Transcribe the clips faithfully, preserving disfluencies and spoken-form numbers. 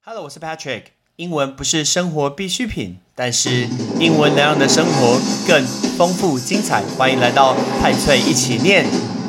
Hello， 我是 Patrick。英文不是生活必需品，但是英文能让你的生活更丰富精彩。欢迎来到派翠一起念。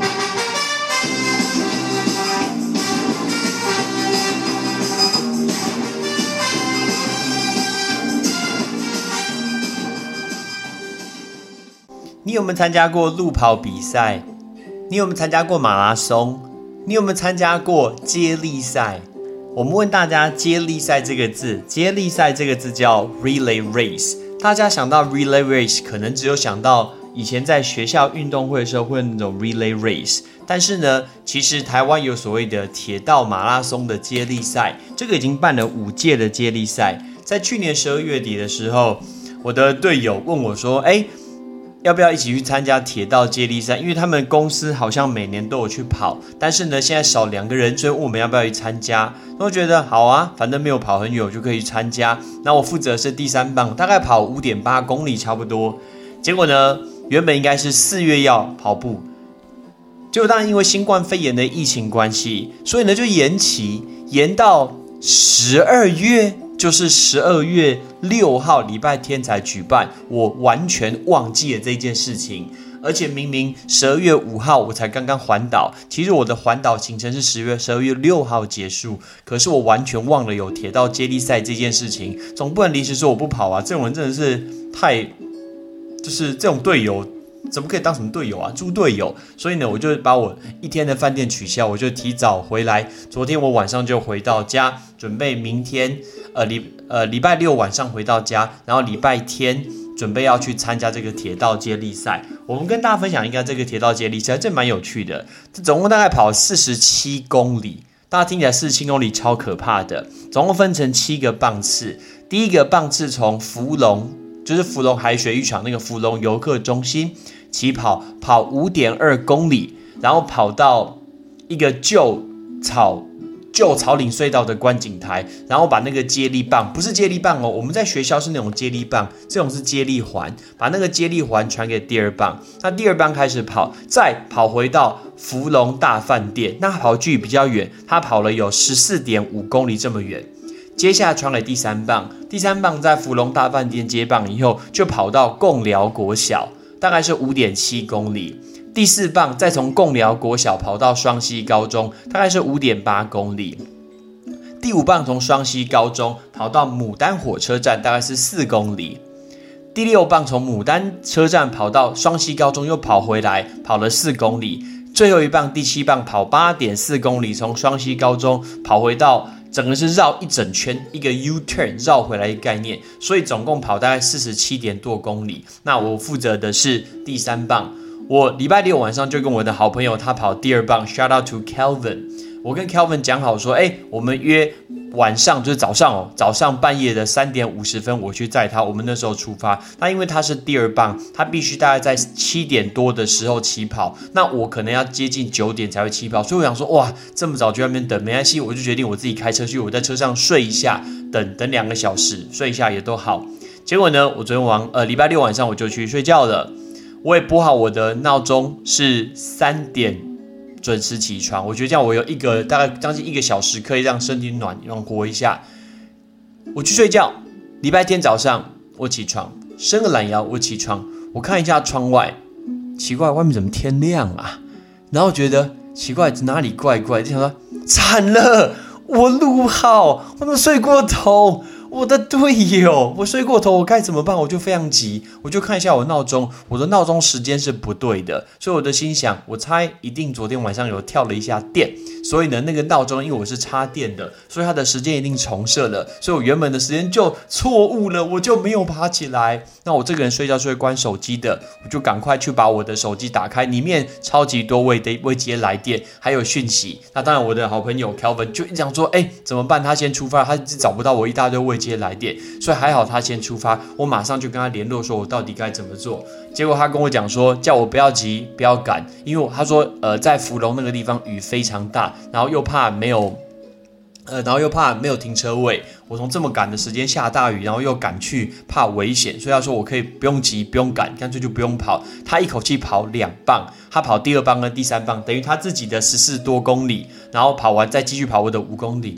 你有没有参加过路跑比赛？你有没有参加过马拉松？你有没有参加过接力赛？我们问大家接力赛这个字，接力赛这个字叫 relay race。大家想到 relay race 可能只有想到以前在学校运动会的时候会有那种 relay race， 但是呢，其实台湾有所谓的铁道马拉松的接力赛，这个已经办了五届的接力赛。在去年十二月底的时候，我的队友问我说，哎，要不要一起去参加铁道接力赛？因为他们公司好像每年都有去跑，但是呢，现在少两个人，所以问我们要不要去参加。那我觉得好啊，反正没有跑很远，我就可以去参加。那我负责的是第三棒，大概跑 五点八公里差不多。结果呢，原本应该是四月要跑步，结果当然因为新冠肺炎的疫情关系，所以呢就延期，延到十二月。就是十二月六号礼拜天才举办，我完全忘记了这件事情，而且明明十二月五号我才刚刚环岛，其实我的环岛行程是十二月六号结束，可是我完全忘了有铁道接力赛这件事情，总不能临时说我不跑啊，这种人真的是太，就是这种队友怎么可以当什么队友啊？猪队友！所以呢，我就把我一天的饭店取消，我就提早回来。昨天我晚上就回到家，准备明天呃礼呃礼拜六晚上回到家，然后礼拜天准备要去参加这个铁道接力赛。我们跟大家分享一下这个铁道接力赛，这蛮有趣的。这总共大概跑四十七公里，大家听起来四十七公里超可怕的。总共分成七个棒次，第一个棒次从福隆，就是福隆海水浴场那个福隆游客中心起跑，跑 五点二公里，然后跑到一个旧草旧草岭隧道的观景台，然后把那个接力棒，不是接力棒哦，我们在学校是那种接力棒，这种是接力环，把那个接力环传给第二棒，那第二棒开始跑，再跑回到福隆大饭店，那跑距离比较远，他跑了有 十四点五公里这么远。接下来传给第三棒，第三棒在福隆大饭店接棒以后，就跑到贡寮国小，大概是 五点七公里。第四棒再从贡寮国小跑到双溪高中，大概是 五点八公里。第五棒从双溪高中跑到牡丹火车站，大概是四公里。第六棒从牡丹车站跑到双溪高中，又跑回来，跑了四公里。最后一棒第七棒跑 八点四公里，从双溪高中跑回到整个是绕一整圈，一个 U-turn 绕回来的概念，所以总共跑大概四十七点多公里。那我负责的是第三棒，我礼拜六晚上就跟我的好朋友他跑第二棒 ，shout out to Kelvin。我跟 Kelvin 讲好说，哎，我们约晚上就是早上哦，早上半夜的三点五十分我去载他，我们那时候出发。那因为他是第二棒，他必须大概在七点多的时候起跑，那我可能要接近九点才会起跑，所以我想说，哇，这么早就在那边等，没关系，我就决定我自己开车去，我在车上睡一下，等等两个小时，睡一下也都好。结果呢，我昨天晚呃礼拜六晚上我就去睡觉了，我也拨好我的闹钟是三点。准时起床，我觉得这样我有一个大概将近一个小时可以让身体暖暖和一下。我去睡觉，礼拜天早上我起床，伸个懒腰，我起床，我看一下窗外，奇怪，外面怎么天亮啊？然后觉得奇怪，哪里怪怪，就想说惨了，我录好，我怎么睡过头？我的队友，我睡过头，我该怎么办？我就非常急，我就看一下我闹钟，我的闹钟时间是不对的，所以我的心想，我猜一定昨天晚上有跳了一下电，所以呢，那个闹钟因为我是插电的，所以它的时间一定重设了，所以我原本的时间就错误了，我就没有爬起来。那我这个人睡觉是会关手机的，我就赶快去把我的手机打开，里面超级多未未接来电，还有讯息。那当然，我的好朋友 Kelvin 就一直讲说，哎，怎么办？他先出发，他找不到我一大堆未接来电，所以还好他先出发，我马上就跟他联络，说我到底该怎么做。结果他跟我讲说，叫我不要急，不要赶，因为他说，呃，在福隆那个地方雨非常大，然后又怕没有。呃，然后又怕没有停车位，我从这么赶的时间下大雨，然后又赶去，怕危险，所以他说我可以不用急，不用赶，干脆就不用跑。他一口气跑两棒，他跑第二棒跟第三棒，等于他自己的十四多公里，然后跑完再继续跑我的五公里。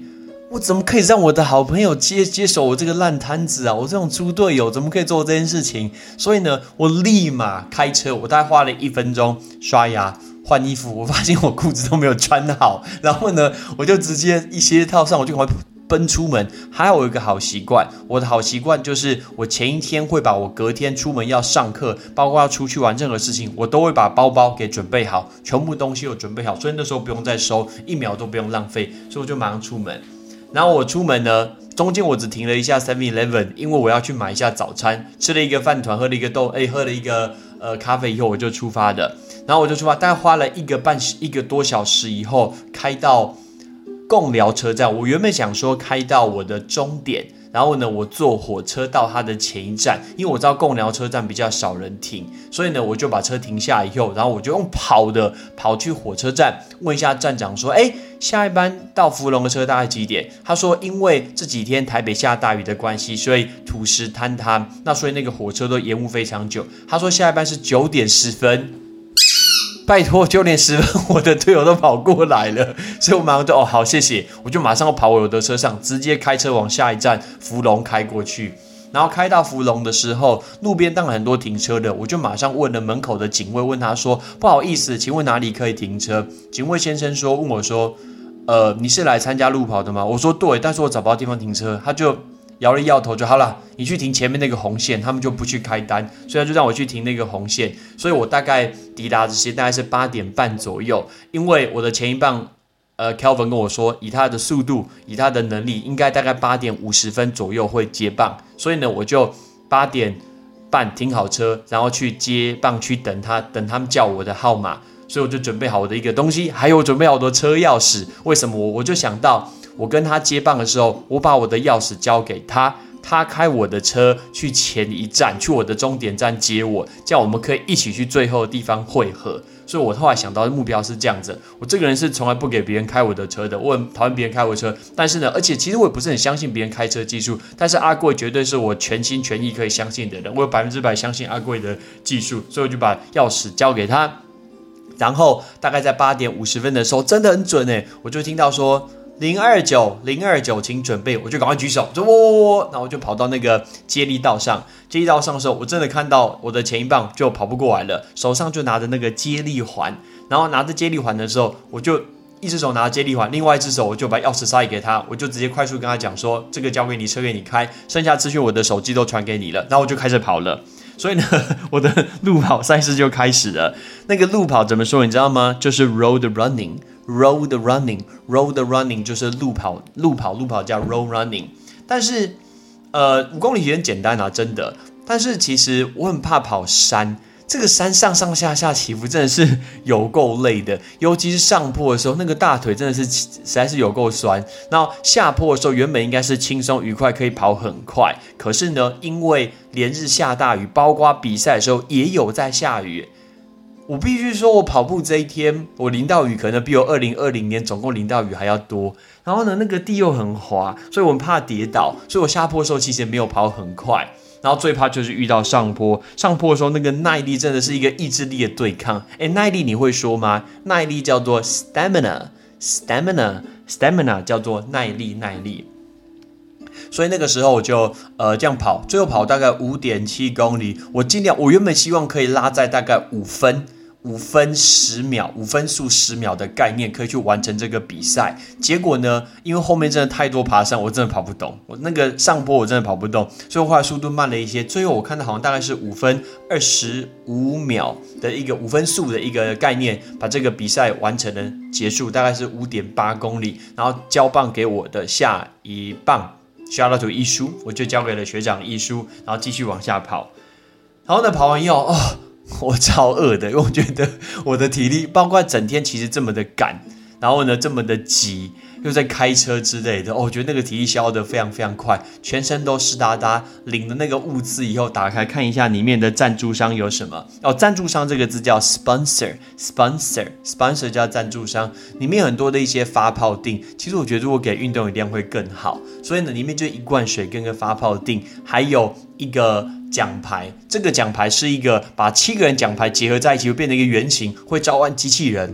我怎么可以让我的好朋友接接手我这个烂摊子啊？我这种猪队友怎么可以做这件事情？所以呢，我立马开车，我大概花了一分钟刷牙换衣服，我发现我裤子都没有穿好，然后呢，我就直接一鞋套上，我就赶快奔出门。还有一个好习惯，我的好习惯就是我前一天会把我隔天出门要上课，包括要出去玩任何事情，我都会把包包给准备好，全部东西有准备好，所以那时候不用再收，一秒都不用浪费，所以我就马上出门。然后我出门呢，中间我只停了一下 seven eleven， 因为我要去买一下早餐，吃了一个饭团，喝了一个豆，哎，喝了一个呃咖啡以后我就出发的。然后我就出发，大概花了一个半一个多小时以后，开到贡寮车站。我原本想说开到我的终点，然后呢，我坐火车到它的前一站，因为我知道贡寮车站比较少人停，所以呢，我就把车停下以后，然后我就用跑的跑去火车站，问一下站长说：“哎，下一班到福隆的车大概几点？”他说：“因为这几天台北下大雨的关系，所以土石坍塌，那所以那个火车都延误非常久。”他说下一班是九点十分。拜托，九点十分，我的队友都跑过来了，所以我马上就哦好，谢谢，我就马上跑我的车上，直接开车往下一站福隆开过去。然后开到福隆的时候，路边当然很多停车的，我就马上问了门口的警卫，问他说：“不好意思，请问哪里可以停车？”警卫先生说：“问我说，呃，你是来参加路跑的吗？”我说：“对，但是我找不到地方停车。”他就摇了摇头，就好了，你去停前面那个红线，他们就不去开单，所以他就让我去停那个红线。所以我大概抵达这些大概是八点半左右，因为我的前一棒，呃 ，Kelvin 跟我说，以他的速度，以他的能力，应该大概八点五十分左右会接棒，所以呢，我就八点半停好车，然后去接棒区等他，等他们叫我的号码，所以我就准备好我的一个东西，还有准备好我的车钥匙。为什么我我就想到？我跟他接棒的时候，我把我的钥匙交给他，他开我的车去前一站，去我的终点站接我，这样我们可以一起去最后的地方汇合。所以我后来想到的目标是这样子，我这个人是从来不给别人开我的车的，我很讨厌别人开我的车，但是呢，而且其实我也不是很相信别人开车技术，但是阿贵绝对是我全心全意可以相信的人，我有百分之百相信阿贵的技术，所以我就把钥匙交给他。然后大概在八点五十分的时候，真的很准诶，我就听到说零二九零二九，请准备，我就赶快举手，我说喔喔喔，然后我就跑到那个接力道上。接力道上的时候，我真的看到我的前一棒就跑不过来了，手上就拿着那个接力环，然后拿着接力环的时候，我就一只手拿着接力环，另外一只手我就把钥匙塞给他，我就直接快速跟他讲说，这个交给你，车给你开，剩下资讯我的手机都传给你了，然后我就开始跑了。所以呢，我的路跑赛事就开始了。那个路跑怎么说，你知道吗？就是 road running。Road running, road running 就是路跑，路跑，路跑叫 road running。但是，呃，五公里很简单啊，真的。但是其实我很怕跑山，这个山上上下下起伏真的是有够累的，尤其是上坡的时候，那个大腿真的是实在是有够酸。然后下坡的时候，原本应该是轻松愉快，可以跑很快，可是呢，因为连日下大雨，包括比赛的时候也有在下雨。我必须说，我跑步这一天，我淋到雨可能比我二零二零年总共淋到雨还要多。然后呢，那个地又很滑，所以我很怕跌倒，所以我下坡的时候其实没有跑很快。然后最怕就是遇到上坡，上坡的时候那个耐力真的是一个意志力的对抗。诶，耐力你会说吗？耐力叫做 stamina，stamina，stamina stamina 叫做耐力，耐力。所以那个时候我就呃这样跑，最后跑大概 五点七公里，我尽量，我原本希望可以拉在大概五分。五分十秒，五分速十秒的概念可以去完成这个比赛。结果呢，因为后面真的太多爬山，我真的跑不动。我那个上坡我真的跑不动，所以我后来速度慢了一些。最后我看到好像大概是五分二十五秒的一个五分速的一个概念，把这个比赛完成了结束，大概是 五点八公里。然后交棒给我的下一棒 ，shout out to 一叔，我就交给了学长一叔，然后继续往下跑。然后呢，跑完以后，哦。我超饿的，因为我觉得我的体力，包括整天其实这么的赶，然后呢这么的急，又在开车之类的，哦，我觉得那个体力消耗得非常非常快，全身都湿哒哒。领了那个物资以后，打开看一下里面的赞助商有什么。哦，赞助商这个字叫 sponsor，sponsor，sponsor 叫赞助商，里面有很多的一些发泡锭。其实我觉得如果给运动饮料会更好，所以呢，里面就一罐水跟个发泡锭，还有一个奖牌。这个奖牌是一个把七个人奖牌结合在一起，会变成一个圆形，会召唤机器人。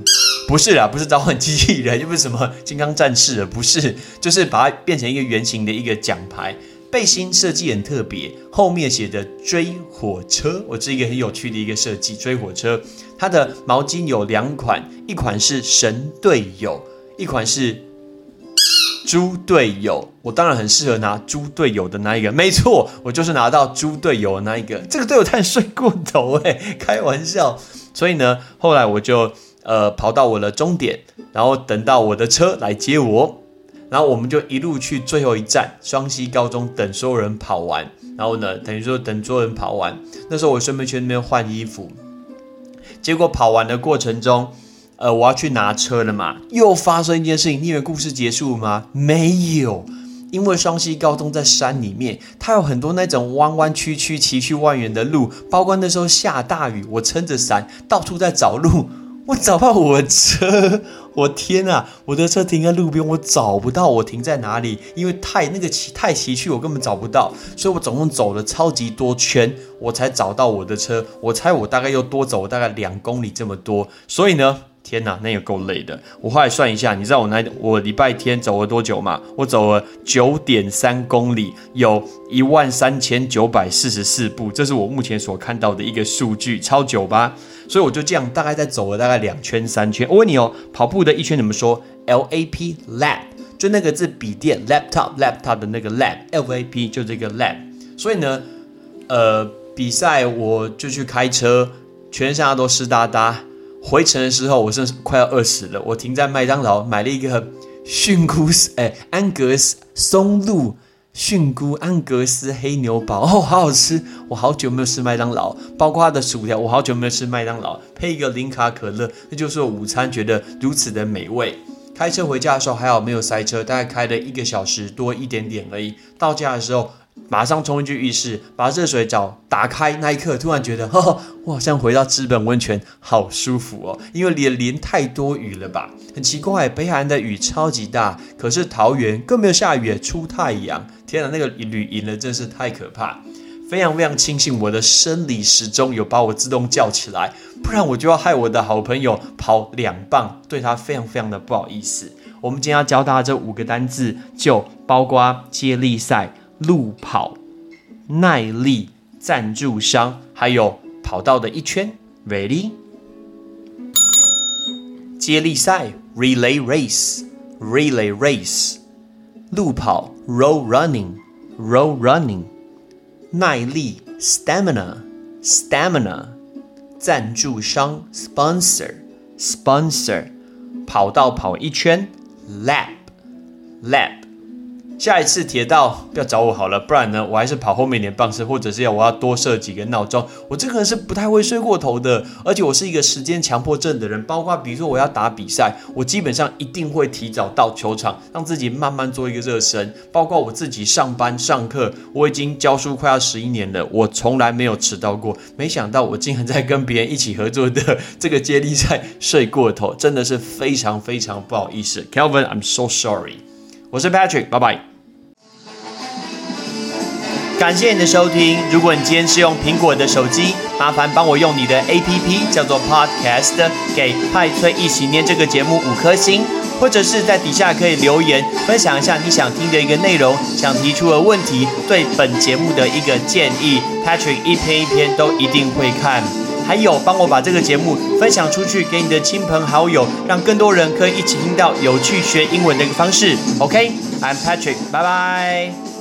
不是啦，不是召唤机器人，又不是什么金刚战士了，不是，就是把它变成一个圆形的一个奖牌。背心设计很特别，后面写的追火车，我是一个很有趣的一个设计。追火车，它的毛巾有两款，一款是神队友，一款是猪队友。我当然很适合拿猪队友的那一个，没错，我就是拿到猪队友的那一个。这个队友太睡过头哎、欸，开玩笑。所以呢，后来我就呃跑到我的终点，然后等到我的车来接我。然后我们就一路去最后一站双溪高中，等所有人跑完。然后呢，等于说等所有人跑完，那时候我顺便去那边换衣服。结果跑完的过程中，呃，我要去拿车了嘛，又发生一件事情。你以为故事结束吗？没有，因为双溪高中在山里面，它有很多那种弯弯曲曲、崎岖蜿蜒的路。包括那时候下大雨，我撑着伞到处在找路。我找不到我的车，我天啊！我的车停在路边，我找不到我停在哪里，因为太那个太崎岖，我根本找不到。所以我总共走了超级多圈，我才找到我的车。我猜我大概又多走了大概两公里这么多。所以呢，天哪，那也够累的。我后来算一下，你知道我那我礼拜天走了多久吗？我走了 九点三公里，有一万三千九百四十四步，这是我目前所看到的一个数据，超久吧？所以我就这样大概在走了大概两圈三圈。我问你哦，跑步的一圈怎么说 ？L A P lap， 就那个字笔电 laptop laptop 的那个 lap，L A P 就这个 lap。所以呢，呃，比赛我就去开车，全身上下都湿哒哒。回程的时候，我真的是快要饿死了。我停在麦当劳买了一个菌菇哎安格斯松露。菌菇安格斯黑牛堡哦，好好吃！我好久没有吃麦当劳，包括它的薯条，我好久没有吃麦当劳，配一个零卡可乐，那就是我午餐觉得如此的美味。开车回家的时候还好没有塞车，大概开了一个小时多一点点而已。到家的时候，马上冲进去浴室，把热水澡打开，那一刻突然觉得，呵呵，我好像回到知本温泉，好舒服哦！因为连淋太多雨了吧？很奇怪，北海岸的雨超级大，可是桃园更没有下雨，出太阳。天哪，那个雨赢了，真是太可怕！非常非常庆幸我的生理时钟有把我自动叫起来，不然我就要害我的好朋友跑两棒，对他非常非常的不好意思。我们今天要教大家这五个单字，就包括接力赛、路跑、耐力、赞助商，还有跑道的一圈。Ready？ 接力赛 Relay Race Relay Race， 路跑 Road Running Road Running， 耐力 Stamina Stamina， 赞助商 Sponsor Sponsor， 跑道跑一圈 Lap Lap。下一次铁道不要找我好了，不然呢，我还是跑后面一点棒式，或者是要我要多设几个闹钟。我这个人是不太会睡过头的，而且我是一个时间强迫症的人。包括比如说我要打比赛，我基本上一定会提早到球场，让自己慢慢做一个热身。包括我自己上班上课，我已经教书快要十一年了，我从来没有迟到过。没想到我竟然在跟别人一起合作的这个接力赛睡过头，真的是非常非常不好意思。Kelvin, I'm so sorry。我是 Patrick， 拜拜。感谢你的收听。如果你今天是用苹果的手机，麻烦帮我用你的 A P P 叫做 Podcast， 给派崔一起念这个节目五颗星，或者是在底下可以留言分享一下你想听的一个内容，想提出的问题，对本节目的一个建议。Patrick 一篇一篇都一定会看。还有帮我把这个节目分享出去给你的亲朋好友，让更多人可以一起听到有趣学英文的一个方式。OK，I'm Patrick， 拜拜。